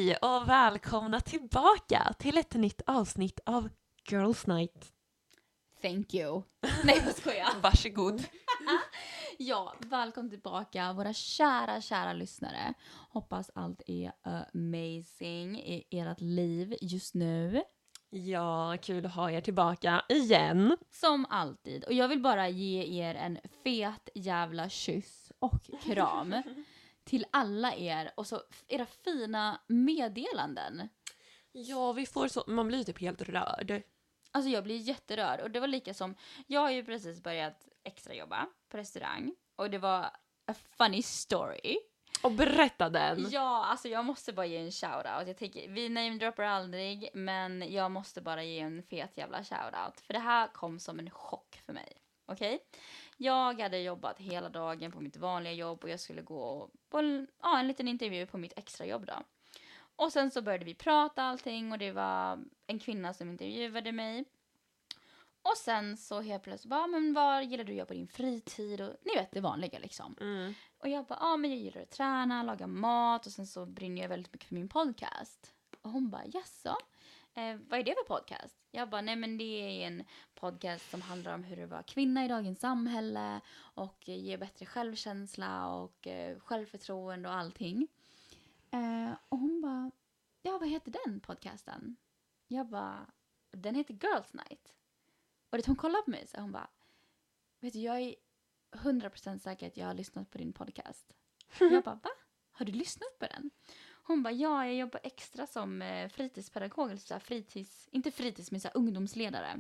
Hej och välkomna tillbaka till ett nytt avsnitt av Girls Night. Thank you. Nej, vad skojar. Varsågod. Ja, välkommen tillbaka våra kära lyssnare. Hoppas allt är amazing i ert liv just nu. Ja, kul att ha er tillbaka igen. Som alltid. Och jag vill bara ge er en fet jävla kyss och kram. Till alla er och så era fina meddelanden. Ja, vi får så... Man blir typ helt rörd. Alltså jag blir jätterörd. Och det var lika som... Jag har ju precis börjat extrajobba på restaurang. Och det var a funny story. Och berätta den. Ja, alltså jag måste bara ge en shoutout. Jag tänker, vi namedroppar aldrig, men jag måste bara ge en fet jävla shoutout. För det här kom som en chock för mig. Okej? Jag hade jobbat hela dagen på mitt vanliga jobb och jag skulle gå på en liten intervju på mitt extrajobb då. Och sen så började vi prata allting och det var en kvinna som intervjuade mig. Och sen så helt plötsligt bara, men vad gillar du att göra på din fritid? Och ni vet det vanliga liksom. Och jag bara, men jag gillar att träna, laga mat och sen så brinner jag väldigt mycket för min podcast. Och hon bara, jaså? Vad är det för podcast? Jag bara, nej men det är en podcast som handlar om hur det var kvinna i dagens samhälle och ge bättre självkänsla och självförtroende och allting. Och hon bara, ja vad heter den podcasten? Jag bara, den heter Girls Night. Och hon kollade på mig så hon bara, vet du, jag är 100% säker att jag har lyssnat på din podcast. Jag bara, va? Har du lyssnat på den? Hon bara, ja, jag jobbar extra som fritidspedagog, eller så här inte fritids, men så här ungdomsledare.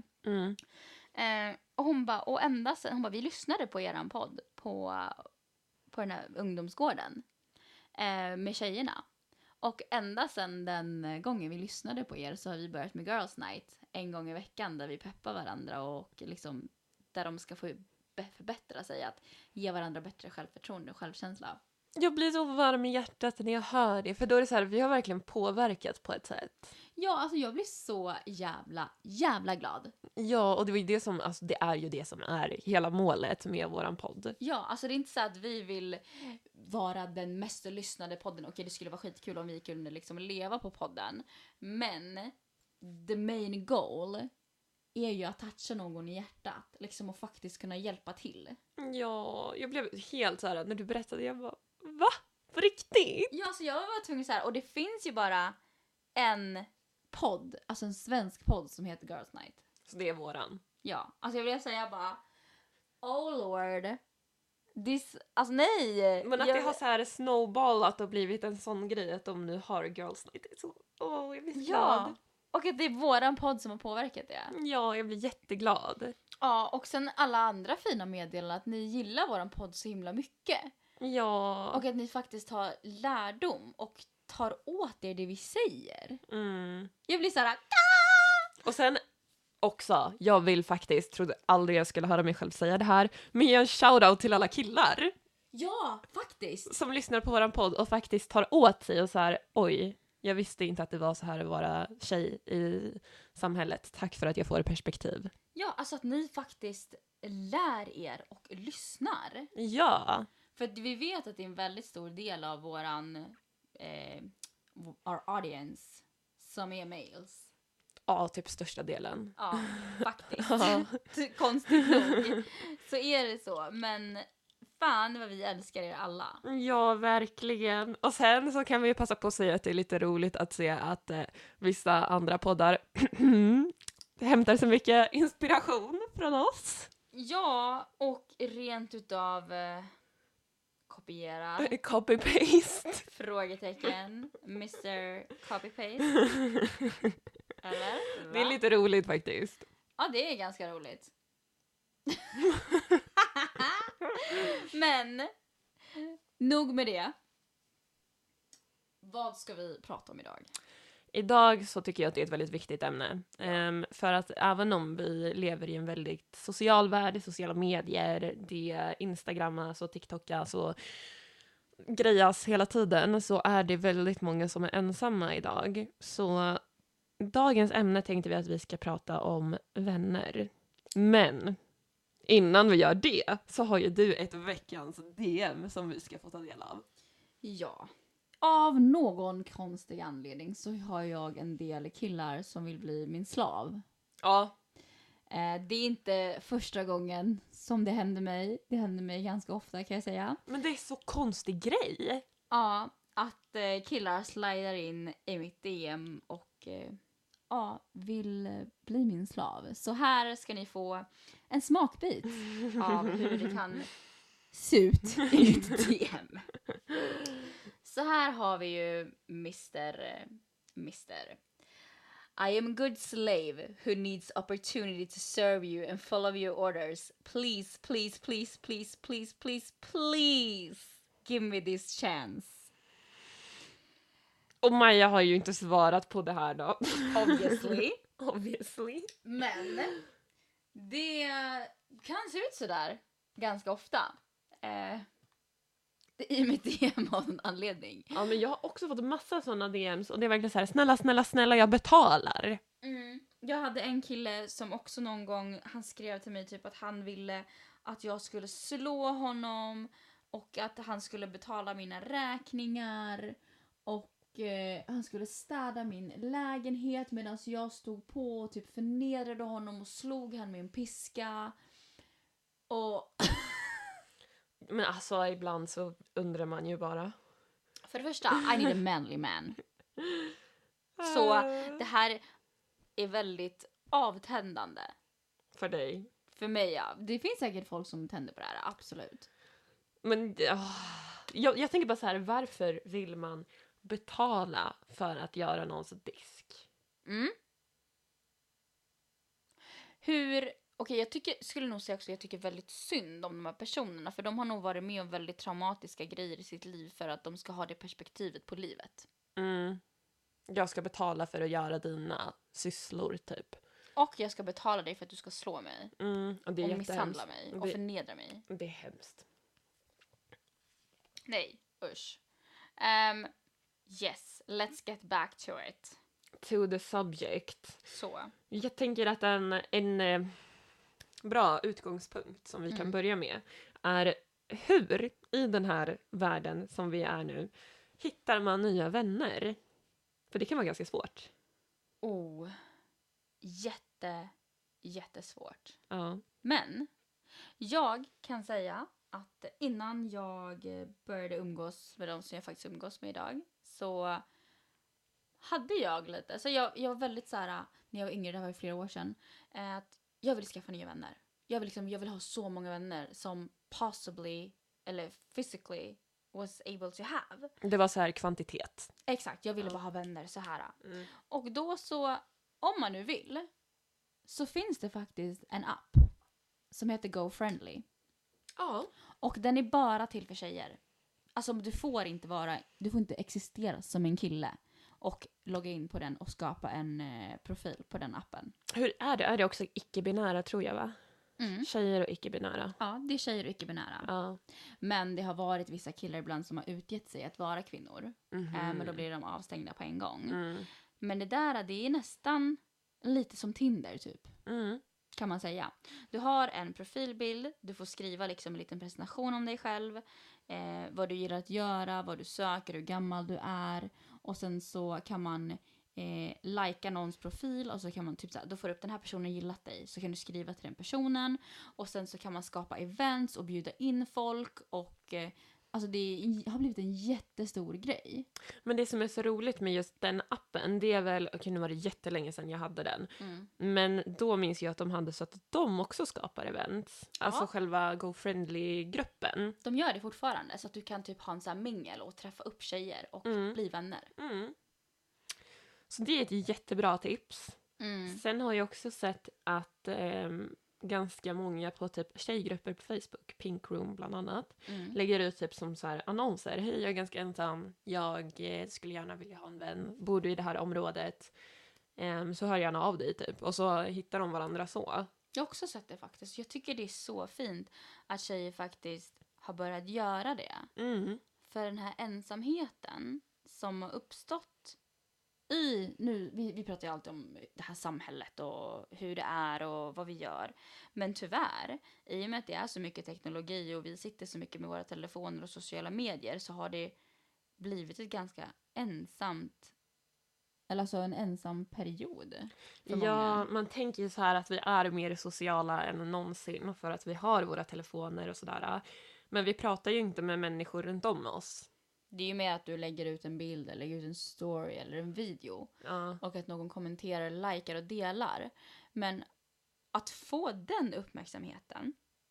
Och hon bara, och ända sen, hon bara, vi lyssnade på eran podd på den här ungdomsgården med tjejerna. Och ända sen den gången vi lyssnade på er så har vi börjat med Girls Night en gång i veckan där vi peppar varandra och liksom där de ska få förbättra sig, att ge varandra bättre självförtroende och självkänsla. Jag blir så varm i hjärtat när jag hör det. För då är det så här, vi har verkligen påverkat på ett sätt. Ja, alltså jag blir så jävla glad. Ja, och det var ju det som, alltså det är ju det som är hela målet med våran podd. Ja, alltså det är inte så att vi vill vara den mest lyssnade podden. Okej, det skulle vara skitkul om vi kunde liksom leva på podden. Men the main goal är ju att toucha någon i hjärtat. Liksom och faktiskt kunna hjälpa till. Ja, jag blev helt så här när du berättade, jag bara, va? På riktigt? Ja, så jag var tvungen så här, och det finns ju bara en podd, alltså en svensk podd som heter Girls Night. Så det är våran. Ja, alltså jag vill säga bara, oh lord, alltså nej. Men att det har så här snowballat och blivit en sån grej att de nu har Girls Night. Det är så, jag blir glad. Ja, och att det är våran podd som har påverkat det. Ja, jag blir jätteglad. Ja, och sen alla andra fina meddelanden att ni gillar våran podd så himla mycket. Ja. Och att ni faktiskt tar lärdom och tar åt er det vi säger. Jag blir så här. Och sen också, jag vill faktiskt, trodde aldrig jag skulle höra mig själv säga det här, men ge en shoutout till alla killar. Ja, faktiskt. Som lyssnar på våran podd och faktiskt tar åt sig och så här, oj, jag visste inte att det var så här att vara tjej i samhället. Tack för att jag får perspektiv. Ja, alltså att ni faktiskt lär er och lyssnar. Ja. För att vi vet att det är en väldigt stor del av våran our audience som är males. Ja, typ största delen. Ja, faktiskt. Konstigt nog. Så är det så. Men fan vad vi älskar er alla. Ja, verkligen. Och sen så kan vi ju passa på att säga att det är lite roligt att se att vissa andra poddar hämtar så mycket inspiration från oss. Ja, och rent utav kopiera. Copy-paste. Frågetecken. Mr. Copy-paste. Eller? Va? Det är lite roligt faktiskt. Ja, det är ganska roligt. Men nog med det. Vad ska vi prata om idag? Idag så tycker jag att det är ett väldigt viktigt ämne. För att även om vi lever i en väldigt social värld, i sociala medier, det instagrammas och tiktokas och grejas hela tiden, så är det väldigt många som är ensamma idag. Så dagens ämne tänkte vi att vi ska prata om vänner. Men innan vi gör det så har ju du ett veckans DM som vi ska få ta del av. Ja, av någon konstig anledning så har jag en del killar som vill bli min slav. Ja. Det är inte första gången som det händer mig. Det händer mig ganska ofta kan jag säga. Men det är så konstig grej. Ja, att killar slidar in i mitt DM och vill bli min slav. Så här ska ni få en smakbit av hur det kan se ut i mitt DM. Så här har vi ju Mr. I am good slave who needs opportunity to serve you and follow your orders. Please, please, please, please, please, please, please give me this chance. Och Maja har ju inte svarat på det här då. Obviously. Obviously. Men det kan se ut sådär ganska ofta. I mitt DM av en anledning. Ja, men jag har också fått massa sådana DMs och det är verkligen så här: snälla, snälla, snälla, jag betalar. Jag hade en kille som också någon gång, han skrev till mig typ att han ville att jag skulle slå honom och att han skulle betala mina räkningar och han skulle städa min lägenhet medan jag stod på och typ förnedrade honom och slog han med en piska. Och Men alltså ibland så undrar man ju bara. för det första, I need a manly man. Så det här är väldigt avtändande. För dig. För mig, ja. Det finns säkert folk som tänder på det här, absolut. Men jag tänker bara så här: varför vill man betala för att göra någons disk? Jag skulle nog säga också att jag tycker väldigt synd om de här personerna. För de har nog varit med om väldigt traumatiska grejer i sitt liv för att de ska ha det perspektivet på livet. Jag ska betala för att göra dina sysslor typ. Och jag ska betala dig för att du ska slå mig. Och det är och misshandla mig. Och förnedra mig. Det är hemskt. Nej, usch. Yes, let's get back to it. To the subject. Så. Jag tänker att en bra utgångspunkt som vi kan börja med är hur i den här världen som vi är nu hittar man nya vänner? För det kan vara ganska svårt. Jättesvårt. Ja. Men jag kan säga att innan jag började umgås med de som jag faktiskt umgås med idag så hade jag lite, så jag var väldigt så här när jag var yngre, det var flera år sedan, att jag ville skaffa nya vänner. Jag vill ha så många vänner som possibly eller physically was able to have. Det var så här kvantitet. Exakt, jag ville bara ha vänner så här. Och då så, om man nu vill, så finns det faktiskt en app som heter GoFriendly. Ja. Och den är bara till för tjejer. Alltså du får inte existera som en kille och logga in på den och skapa en profil på den appen. Hur är det? Är det också icke-binära tror jag, va? Tjejer och icke-binära. Ja, det är tjejer och icke-binära. Ja. Men det har varit vissa killar ibland som har utgett sig att vara kvinnor. Men då blir de avstängda på en gång. Men det är nästan lite som Tinder typ. Kan man säga. Du har en profilbild, du får skriva liksom en liten presentation om dig själv. Vad du gillar att göra, vad du söker, hur gammal du är. Och sen så kan man likea någons profil och så kan man typ så här, då får du upp den här personen gillat dig. Så kan du skriva till den personen. Och sen så kan man skapa events och bjuda in folk och alltså det har blivit en jättestor grej. Men det som är så roligt med just den appen, det är väl, nu var det jättelänge sedan jag hade den. Men då minns jag att de hade så att de också skapar events. Alltså själva GoFriendly-gruppen. De gör det fortfarande så att du kan typ ha en sån här mingel och träffa upp tjejer och bli vänner. Så det är ett jättebra tips. Sen har jag också sett att ganska många på typ tjejgrupper på Facebook, Pink Room bland annat, lägger ut typ som så här annonser. Hej, jag är ganska ensam. Jag skulle gärna vilja ha en vän. Bor du i det här området? Så hör gärna av dig typ. Och så hittar de varandra så. Jag har också sett det faktiskt. Jag tycker det är så fint att tjejer faktiskt har börjat göra det. För den här ensamheten som har uppstått vi pratar ju alltid om det här samhället och hur det är och vad vi gör. Men tyvärr, i och med att det är så mycket teknologi och vi sitter så mycket med våra telefoner och sociala medier så har det blivit ett ganska ensamt, eller alltså en ensam period för Ja, många. man tänker ju så här att vi är mer sociala än någonsin för att vi har våra telefoner och sådär. Men vi pratar ju inte med människor runt om oss. Det är ju mer att du lägger ut en bild eller lägger ut en story eller en video Ja, och att någon kommenterar, likar och delar. Men att få den uppmärksamheten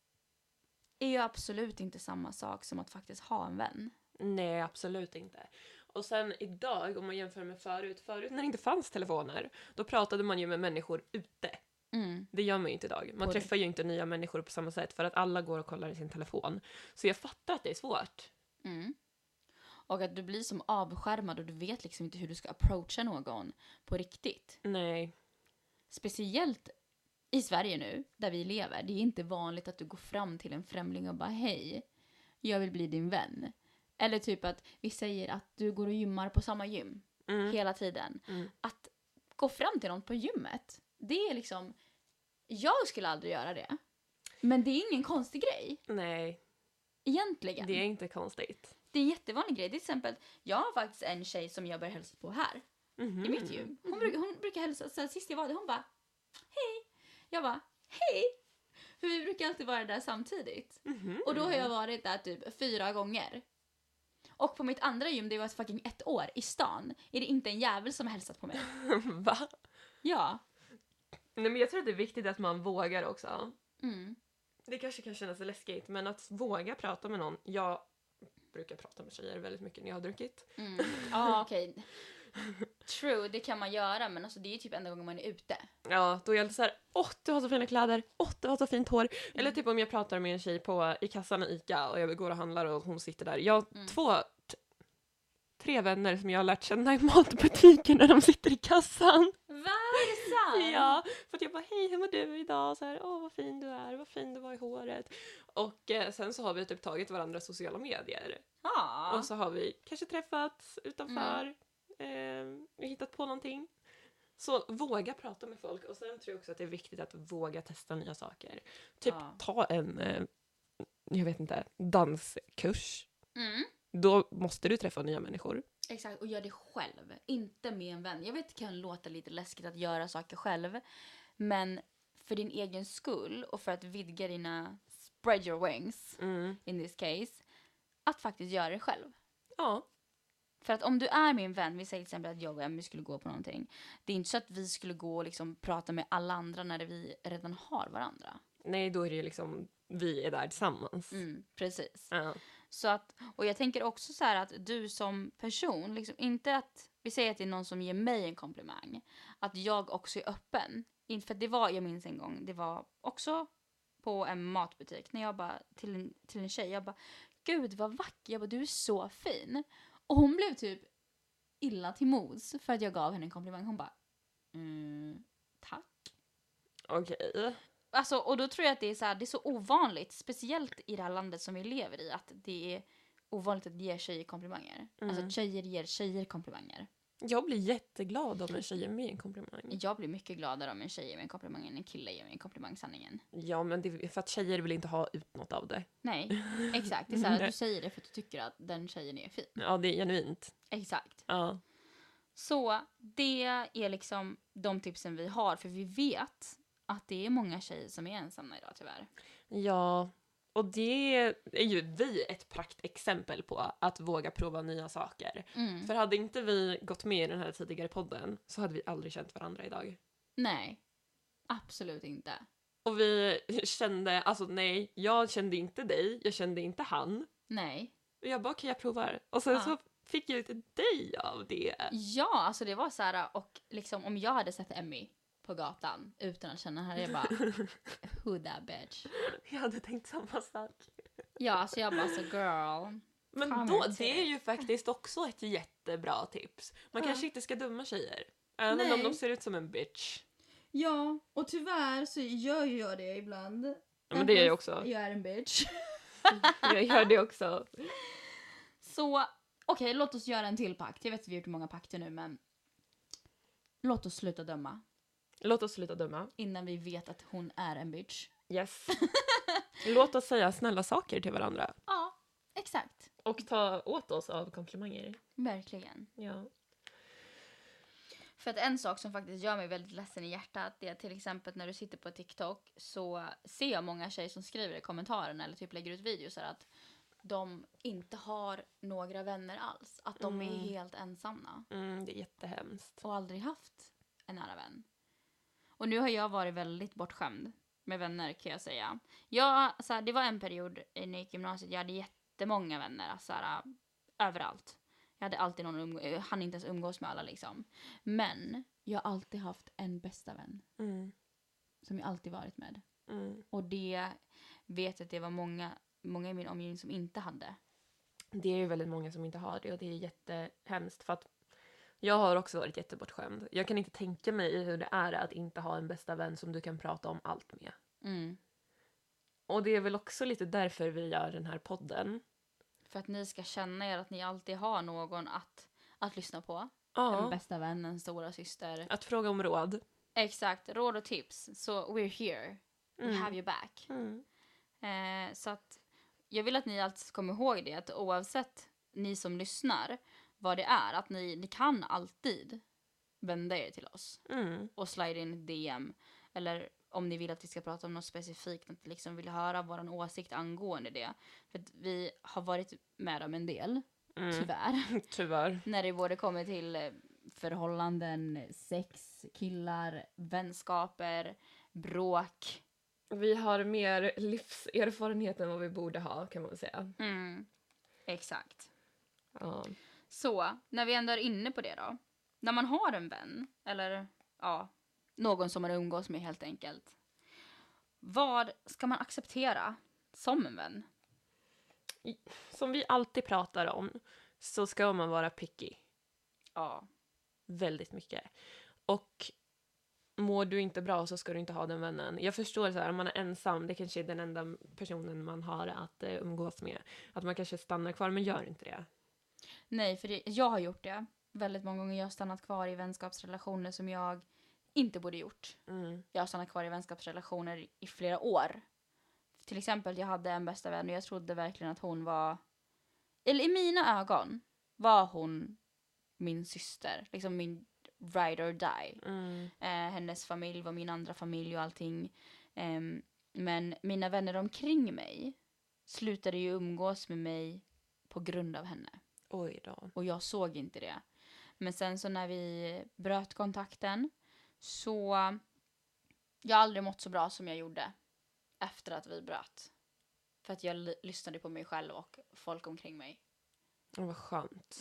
är ju absolut inte samma sak som att faktiskt ha en vän. nej, absolut inte. Och sen idag, om man jämför med förut när det inte fanns telefoner, då pratade man ju med människor ute. Mm. Det gör man ju inte idag. Man På det. träffar ju inte nya människor på samma sätt för att alla går och kollar i sin telefon. Så jag fattar att det är svårt. Mm. Och att du blir som avskärmad och du vet liksom inte hur du ska approacha någon på riktigt. Nej. Speciellt i Sverige nu, där vi lever. Det är inte vanligt att du går fram till en främling och bara hej, jag vill bli din vän. Eller typ att vi säger att du går och gymmar på samma gym hela tiden. Mm. Att gå fram till någon på gymmet, det är liksom, jag skulle aldrig göra det. Men det är ingen konstig grej, Nej, egentligen. det är inte konstigt. Det är en jättevanlig grej. Till exempel, jag har faktiskt en tjej som jag börjar hälsa på här. Mhm. I mitt gym. Hon brukar hälsa, så här, sist jag var där, hon bara hej. Jag bara hej. För vi brukar alltid vara där samtidigt. Mhm. Och då har jag varit där typ 4 gånger. Och på mitt andra gym, det var fucking 1 år i stan, är det inte en jävel som har hälsat på mig. Va? Ja. Nej, men jag tror att det är viktigt att man vågar också. Mm. Det kanske kan kännas läskigt, men att våga prata med någon. Jag brukar prata med tjejer väldigt mycket när jag har druckit. Mm. Ja, okej. True, det kan man göra, men alltså, det är ju typ enda gången man är ute. Ja, då är jag alltid så här: åh, du har så fina kläder, åh, du har så fint hår. Eller typ om jag pratar med en tjej i kassan i ICA och jag går och handlar och hon sitter där. Jag har 3 vänner som jag har lärt känna i matbutiken när de sitter i kassan. Va? Är det sant? Ja, för att jag bara, hej, hur mår du idag? Så här, åh, vad fin du är, vad fin du var i håret. Och sen så har vi typ tagit varandras sociala medier. Ja. Och så har vi kanske träffats utanför, hittat på någonting. Så våga prata med folk. Och sen tror jag också att det är viktigt att våga testa nya saker. Typ ta en, jag vet inte, danskurs. Mm. Då måste du träffa nya människor. Exakt, och gör det själv. Inte med en vän. Jag vet att det kan låta lite läskigt att göra saker själv. Men för din egen skull och för att vidga dina spread your wings, in this case, att faktiskt göra det själv. Ja. För att om du är min vän, vi säger till exempel att jag och Emmy skulle gå på någonting. Det är inte så att vi skulle gå och liksom prata med alla andra när vi redan har varandra. Nej, då är det ju liksom, vi är där tillsammans. Precis. Ja. Så att, och jag tänker också så här att du som person, liksom inte att, vi säger att det är någon som ger mig en komplimang, att jag också är öppen. Inte för att det var, jag minns en gång, det var också på en matbutik, när jag bara, till en tjej, jag bara, gud vad vacker, jag bara, du är så fin. Och hon blev typ illa till mods för att jag gav henne en komplimang. Hon bara, tack. Okej. Alltså, och då tror jag att det är så här, det är så ovanligt, speciellt i det här landet som vi lever i, att det är ovanligt att ge tjejer komplimanger. Alltså att tjejer ger tjejer komplimanger. Jag blir jätteglad om en tjej ger mig en komplimang. Jag blir mycket gladare om en tjej ger mig en komplimang än en kille ger mig en komplimang, sanningen. Ja, men det är för att tjejer vill inte ha ut något av det. Nej, exakt. Det är så här att du säger det för att du tycker att den tjejen är fin. Ja, det är genuint. Exakt. Ja. Så det är liksom de tipsen vi har, för vi vet att det är många tjejer som är ensamma idag, tyvärr. Ja, och det är ju vi ett praktexempel på, att våga prova nya saker. För hade inte vi gått med i den här tidigare podden så hade vi aldrig känt varandra idag. Nej, absolut inte. Och vi kände, alltså nej, jag kände inte dig, jag kände inte han. Nej. Och jag bara, okej, jag provar. Och sen så fick jag lite dig av det. Ja, alltså det var så här, och liksom om jag hade sett Emmy på gatan utan att känna henne, jag bara, who that bitch? Jag hade tänkt samma sak. Ja, alltså jag bara, så girl. Men då, det är ju faktiskt också ett jättebra tips. Man kanske inte ska döma tjejer. Även om de ser ut som en bitch. Ja, och tyvärr så gör jag det ibland. Ja, men det är jag också. Jag är en bitch. Jag gör det också. Så, okej, låt oss göra en till pakt. Jag vet att vi har gjort många pakter nu, men låt oss sluta döma. Låt oss sluta döma. Innan vi vet att hon är en bitch. Yes. Låt oss säga snälla saker till varandra. Ja, exakt. Och ta åt oss av komplimanger. Verkligen. Ja. För att en sak som faktiskt gör mig väldigt ledsen i hjärtat, det är till exempel när du sitter på TikTok så ser jag många tjejer som skriver i kommentarerna eller typ lägger ut videos att de inte har några vänner alls. Att de är helt ensamma. Det är jättehemskt. Och aldrig haft en nära vän. Och nu har jag varit väldigt bortskämd med vänner kan jag säga. Det var en period när jag gick gymnasiet, jag hade jättemånga vänner. Alltså, överallt. Jag hade alltid någon hann inte ens umgås med alla liksom. Men jag har alltid haft en bästa vän. Som jag alltid varit med. Och det vet jag att det var många i min omgivning som inte hade. Det är ju väldigt många som inte har det och det är jättehemskt för att jag har också varit jättebortskämd. Jag kan inte tänka mig hur det är att inte ha en bästa vän som du kan prata om allt med. Och det är väl också lite därför vi gör den här podden. För att ni ska känna er att ni alltid har någon att lyssna på. Ja. En bästa vän, en stora syster. Att fråga om råd. Exakt, råd och tips. Så we're here. We have you back. Så att jag vill att ni alltid kommer ihåg det. Att oavsett ni som lyssnar vad det är. Att ni kan alltid vända er till oss. Och slide in ett DM. Eller om ni vill att vi ska prata om något specifikt. Att liksom vill höra vår åsikt angående det. För att vi har varit med om en del. Tyvärr. När det både kommer till förhållanden, sex, killar, vänskaper, bråk. Vi har mer livserfarenhet än vad vi borde ha kan man väl säga. Exakt. Ja. Så, när vi ändå är inne på det då. När man har en vän, eller någon som man umgås med helt enkelt. Vad ska man acceptera som en vän? Som vi alltid pratar om så ska man vara picky. Ja. Väldigt mycket. Och mår du inte bra så ska du inte ha den vännen. Jag förstår så här, om man är ensam, det kanske är den enda personen man har att umgås med. Att man kanske stannar kvar, men gör inte det. Nej, för jag har gjort det. Väldigt många gånger jag har stannat kvar i vänskapsrelationer som jag inte borde gjort. Jag har stannat kvar i vänskapsrelationer i flera år. Till exempel, jag hade en bästa vän och jag trodde verkligen att hon var... Eller i mina ögon var hon min syster. Liksom min ride or die. Hennes familj var min andra familj och allting. Men mina vänner omkring mig slutade ju umgås med mig på grund av henne. Oj då. Och jag såg inte det. Men sen så när vi bröt kontakten så... Jag har aldrig mått så bra som jag gjorde efter att vi bröt. För att jag lyssnade på mig själv och folk omkring mig. Vad skönt.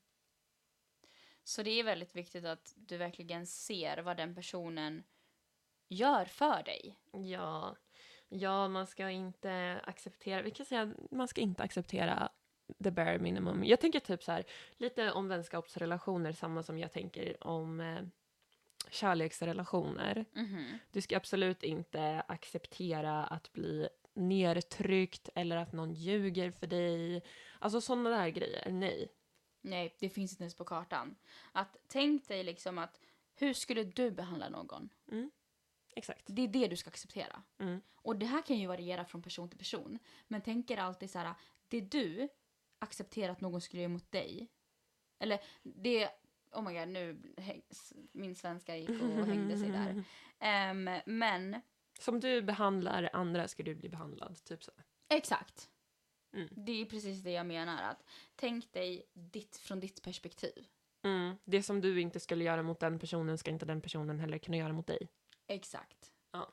Så det är väldigt viktigt att du verkligen ser vad den personen gör för dig. Ja, man ska inte acceptera... Vi kan säga man ska inte acceptera the bare minimum. Jag tänker typ så här, lite om vänskapsrelationer, samma som jag tänker om kärleksrelationer. Du ska absolut inte acceptera att bli nedtryckt eller att någon ljuger för dig. Alltså sådana där grejer, nej. Nej, det finns inte ens på kartan. Att tänk dig liksom att hur skulle du behandla någon? Exakt. Det är det du ska acceptera. Och det här kan ju variera från person till person. Men tänker alltid så här, det du accepterar att någon skulle göra mot dig. Eller det, oh my god, nu min svenska gick och hängde sig där. Men som du behandlar andra ska du bli behandlad, typ så. Exakt. Det är precis det jag menar. Att tänk dig från ditt perspektiv. Det som du inte skulle göra mot den personen ska inte den personen heller kunna göra mot dig. Exakt. Ja.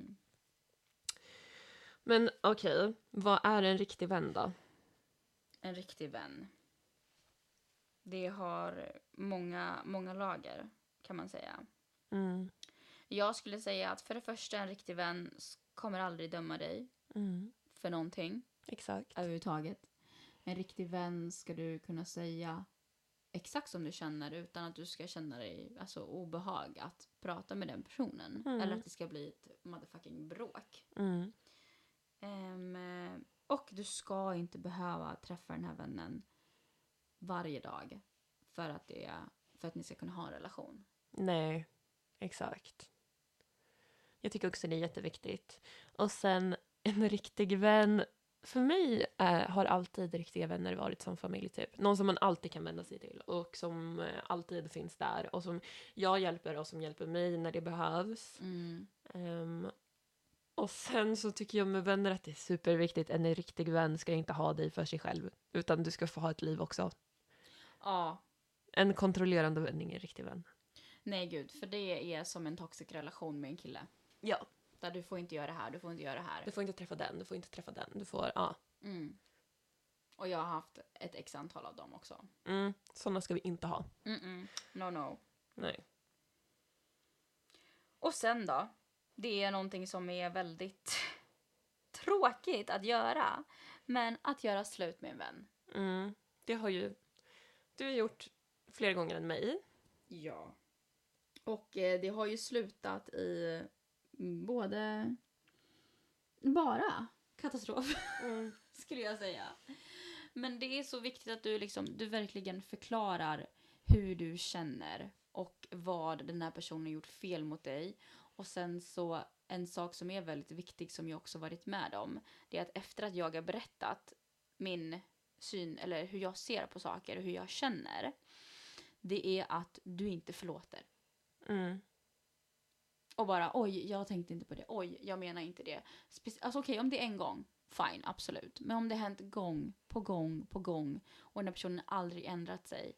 Men okej, vad är en riktig vän då? En riktig vän. Det har många lager kan man säga. Jag skulle säga att för det första en riktig vän kommer aldrig döma dig för någonting. Exakt. Överhuvudtaget. En riktig vän ska du kunna säga exakt som du känner utan att du ska känna dig obehag att prata med den personen. Eller att det ska bli ett motherfucking bråk. Och du ska inte behöva träffa den här vännen varje dag för att ni ska kunna ha en relation. Nej, exakt. Jag tycker också det är jätteviktigt. Och sen en riktig vän, För mig har alltid riktiga vänner varit som familj typ. Någon som man alltid kan vända sig till och som alltid finns där och som jag hjälper och som hjälper mig när det behövs. Och sen så tycker jag med vänner att det är superviktigt. En riktig vän ska inte ha dig för sig själv, utan du ska få ha ett liv också. Ja. En kontrollerande vän är en riktig vän. Nej gud, för det är som en toxic relation med en kille. Ja. Där du får inte göra det här, du får inte göra det här. Du får inte träffa den, du får inte träffa den. Du får, ja. Och jag har haft ett x antal av dem också. Sådana ska vi inte ha. No. Nej. Och sen då? Det är någonting som är väldigt tråkigt att göra. Men att göra slut med en vän. Det har ju du har gjort fler gånger än mig. Ja. Och det har ju slutat i bara katastrof. Skulle jag säga. Men det är så viktigt att du verkligen förklarar hur du känner och vad den här personen gjort fel mot dig. Och sen så en sak som är väldigt viktig som jag också varit med om, det är att efter att jag har berättat min syn eller hur jag ser på saker och hur jag känner, det är att du inte förlåter. Och bara, oj, jag tänkte inte på det. Oj, jag menar inte det. Alltså okej, om det är en gång, fine, absolut. Men om det hänt gång på gång och den här personen aldrig ändrat sig,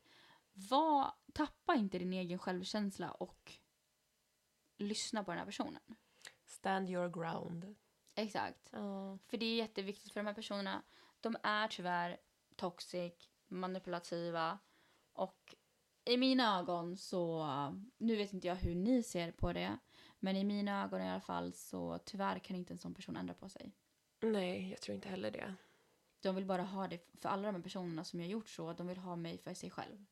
tappa inte din egen självkänsla och lyssna på den här personen. Stand your ground. Exakt. För det är jätteviktigt för de här personerna. De är tyvärr toxic, manipulativa och i mina ögon så, nu vet inte jag hur ni ser på det, men i mina ögon i alla fall så tyvärr kan inte en sån person ändra på sig. Nej, jag tror inte heller det. De vill bara ha det, för alla de här personerna som jag gjort så, de vill ha mig för sig själv.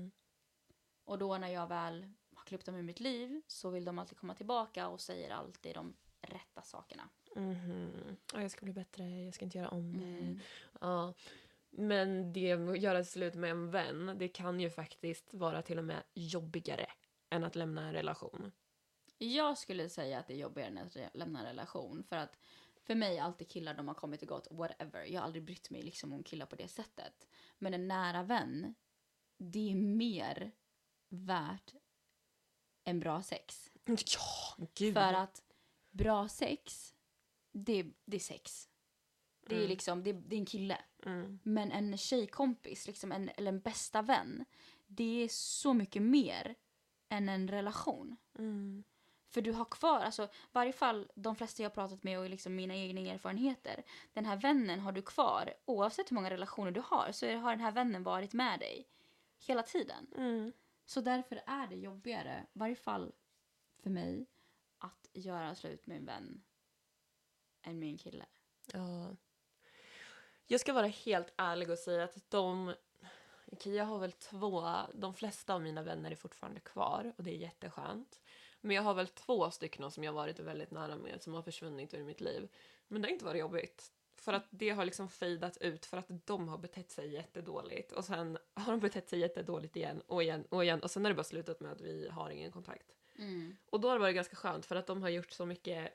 Och då när jag väl har klippt dem ur mitt liv så vill de alltid komma tillbaka och säger alltid de rätta sakerna. Jag ska bli bättre, jag ska inte göra om det. Ja. Men det att göra slut med en vän, det kan ju faktiskt vara till och med jobbigare än att lämna en relation. Jag skulle säga att det är jobbigare än att lämna en relation. För att för mig alltid killar, de har kommit och gått, whatever. Jag har aldrig brytt mig om killar på det sättet. Men en nära vän, det är mer värt än bra sex. Ja, gud. För att bra sex, det är sex. Det är det är en kille. Men en tjejkompis, eller en bästa vän, det är så mycket mer än en relation. För du har kvar, alltså varje fall de flesta jag har pratat med och mina egna erfarenheter, den här vännen har du kvar. Oavsett hur många relationer du har så har den här vännen varit med dig hela tiden. Så därför är det jobbigare, i varje fall för mig, att göra slut med en vän än med en kille. Ja. Jag ska vara helt ärlig och säga att jag har väl de flesta av mina vänner är fortfarande kvar och det är jätteskönt. Men jag har väl 2 stycken som jag varit väldigt nära med som har försvunnit ur mitt liv. Men det har inte varit jobbigt. För att det har fejdat ut för att de har betett sig jättedåligt. Och sen har de betett sig jättedåligt igen och igen och igen. Och sen har det bara slutat med att vi har ingen kontakt. Och då har det varit ganska skönt för att de har gjort så mycket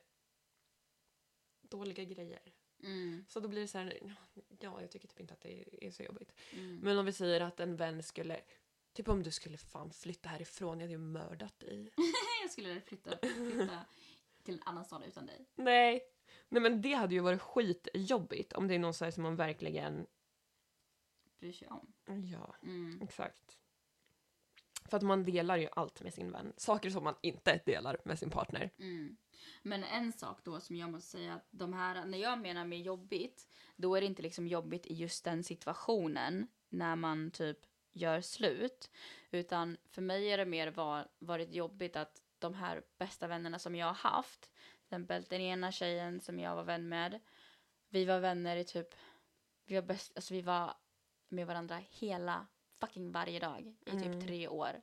dåliga grejer. Så då blir det så här, ja, jag tycker typ inte att det är så jobbigt. Men om vi säger att en vän skulle, typ om du skulle fan flytta härifrån, jag hade ju mördat dig. Jag skulle flytta till en annan stad utan dig. Nej, men det hade ju varit skitjobbigt om det är någon så här som man verkligen bryr sig om. Ja, exakt. För att man delar ju allt med sin vän. Saker som man inte delar med sin partner. Men en sak då som jag måste säga, att de här, när jag menar med jobbigt, då är det inte jobbigt i just den situationen när man typ gör slut. Utan för mig är det mer varit jobbigt att de här bästa vännerna som jag har haft, till exempel den ena tjejen som jag var vän med, vi var vänner i typ, vi var med varandra hela fucking varje dag i typ 3 år.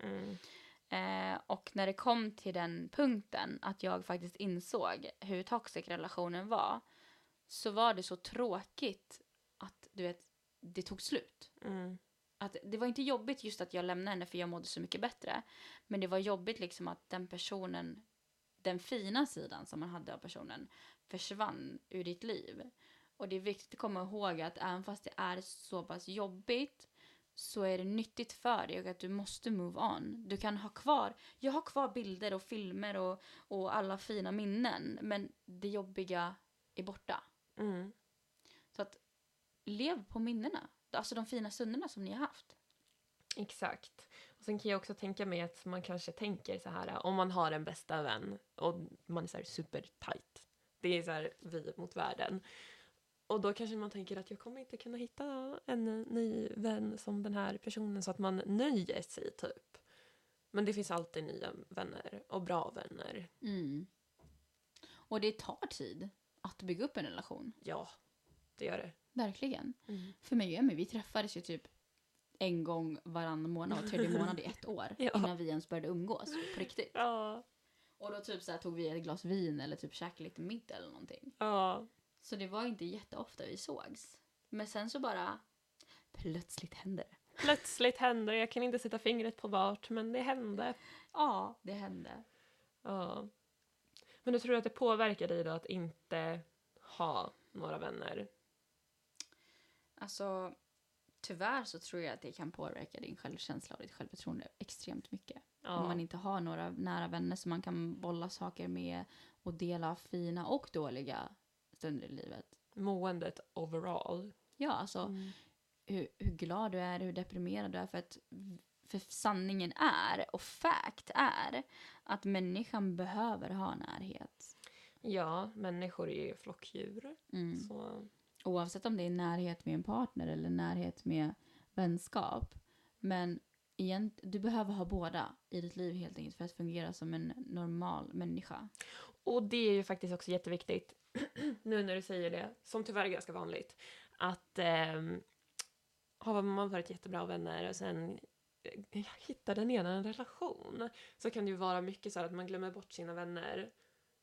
Och när det kom till den punkten att jag faktiskt insåg hur toxic relationen var, så var det så tråkigt att det tog slut. Att det var inte jobbigt just att jag lämnade henne för jag mådde så mycket bättre, men det var jobbigt att den personen, den fina sidan som man hade av personen, försvann ur ditt liv. Och det är viktigt att komma ihåg att även fast det är så pass jobbigt så är det nyttigt för dig och att du måste move on. Du kan jag har kvar bilder och filmer och alla fina minnen, men det jobbiga är borta. Mm. Så att lev på minnena, alltså de fina stunderna som ni har haft. Exakt. Och sen kan jag också tänka mig att man kanske tänker så här, om man har en bästa vän och man är så här super tight. Det är så här vi mot världen. Och då kanske man tänker att jag kommer inte kunna hitta en ny vän som den här personen så att man nöjer sig typ. Men det finns alltid nya vänner och bra vänner. Mm. Och det tar tid att bygga upp en relation. Ja, det gör det. Verkligen. Mm. För mig och Emmy, vi träffades ju typ en gång varannan månad och 3:e månad i 1 år. Ja. Innan vi ens började umgås på riktigt. Ja. Och då typ så här tog vi ett glas vin eller typ käkade lite middag eller någonting. Ja. Så det var inte jätteofta vi sågs. Men sen så bara plötsligt hände det. Plötsligt hände det. Jag kan inte sätta fingret på vart, men det hände. Ja, det hände. Ja. Men du tror att det påverkar dig då att inte ha några vänner? Alltså, tyvärr så tror jag att det kan påverka din självkänsla och ditt självförtroende extremt mycket. Ja. Om man inte har några nära vänner som man kan bolla saker med och dela fina och dåliga stunder i livet. Måendet overall. Ja, alltså hur glad du är, hur deprimerad du är. För sanningen är, och fact är, att människan behöver ha närhet. Ja, människor är ju flockdjur. Så. Oavsett om det är närhet med en partner eller närhet med vänskap. Men du behöver ha båda i ditt liv helt enkelt för att fungera som en normal människa. Och det är ju faktiskt också jätteviktigt, nu när du säger det, som tyvärr är ganska vanligt, att har man varit jättebra vänner och sen hittar den ena en relation, så kan det ju vara mycket så här att man glömmer bort sina vänner.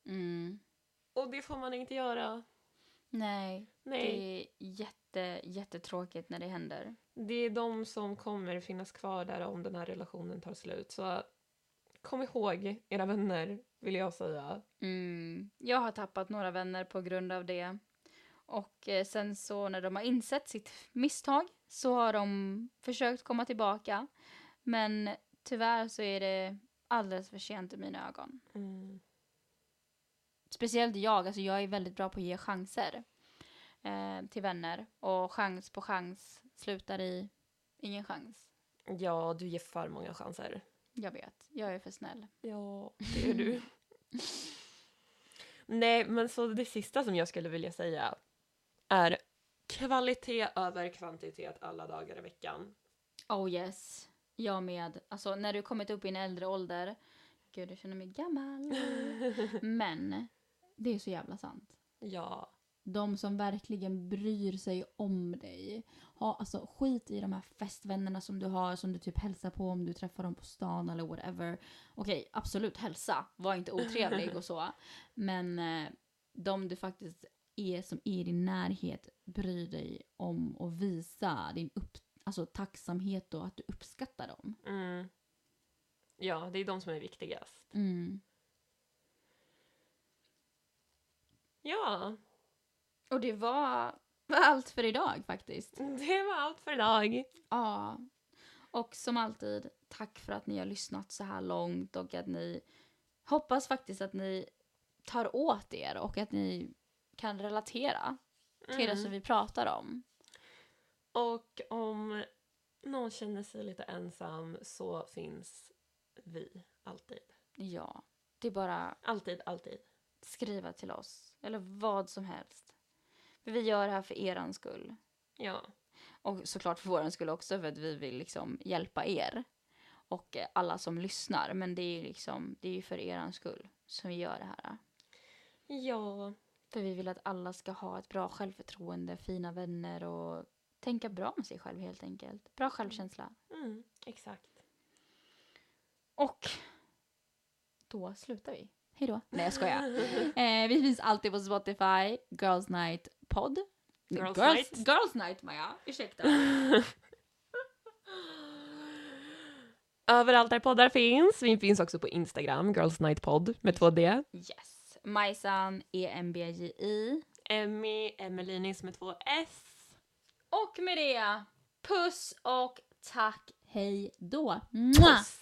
Och det får man inte göra. Nej. Det är jättetråkigt när det händer. Det är de som kommer finnas kvar där om den här relationen tar slut. Så kom ihåg era vänner, vill jag säga. Jag har tappat några vänner på grund av det. Och sen så när de har insett sitt misstag så har de försökt komma tillbaka. Men tyvärr så är det alldeles för sent i mina ögon. Speciellt jag är väldigt bra på att ge chanser till vänner. Och chans på chans slutar i ingen chans. Ja, du ger för många chanser. Jag vet, jag är för snäll. Ja, det är du. Nej, men så det sista som jag skulle vilja säga är kvalitet över kvantitet alla dagar i veckan. Oh yes, jag med. Alltså när du kommit upp i en äldre ålder, gud jag känner mig gammal. Men det är så jävla sant. Ja. De som verkligen bryr sig om dig. Alltså skit i de här festvännerna som du har, som du typ hälsar på om du träffar dem på stan eller whatever. Okej, absolut hälsa. Var inte otrevlig och så. Men de du faktiskt är som är i din närhet bryr dig om och visa din tacksamhet och att du uppskattar dem. Ja, det är de som är viktigast. Ja. Och det var allt för idag faktiskt. Det var allt för idag. Ja. Och som alltid, tack för att ni har lyssnat så här långt och att ni hoppas faktiskt att ni tar åt er och att ni kan relatera till det som vi pratar om. Och om någon känner sig lite ensam så finns vi alltid. Ja, det är bara Alltid. Skriva till oss. Eller vad som helst. För vi gör det här för eran skull. Ja. Och såklart för våran skull också. För att vi vill liksom hjälpa er. Och alla som lyssnar. Men det är ju för eran skull som vi gör det här. Ja. För vi vill att alla ska ha ett bra självförtroende. Fina vänner och tänka bra om sig själv helt enkelt. Bra självkänsla. Exakt. Och då slutar vi. Hej då. Nej, jag skojar. Vi finns alltid på Spotify. Girls Night Podd. Girls Night, Maja. Ursäkta. Överallt där poddar finns. Vi finns också på Instagram. Girls Night Podd med 2D. Yes. Majsan EMBJI. Emmy, Emelinis med 2 S. Och med det, puss och tack, hej då. Puss.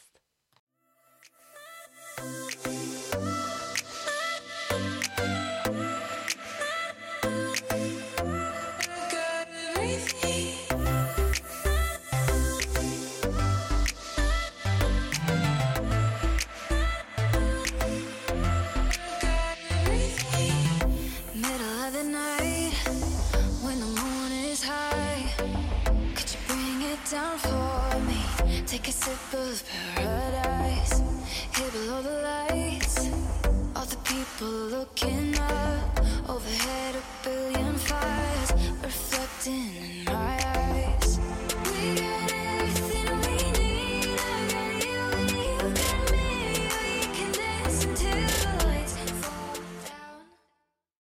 Down for me, take a sip of paradise. Here below the lights, all the people looking up overhead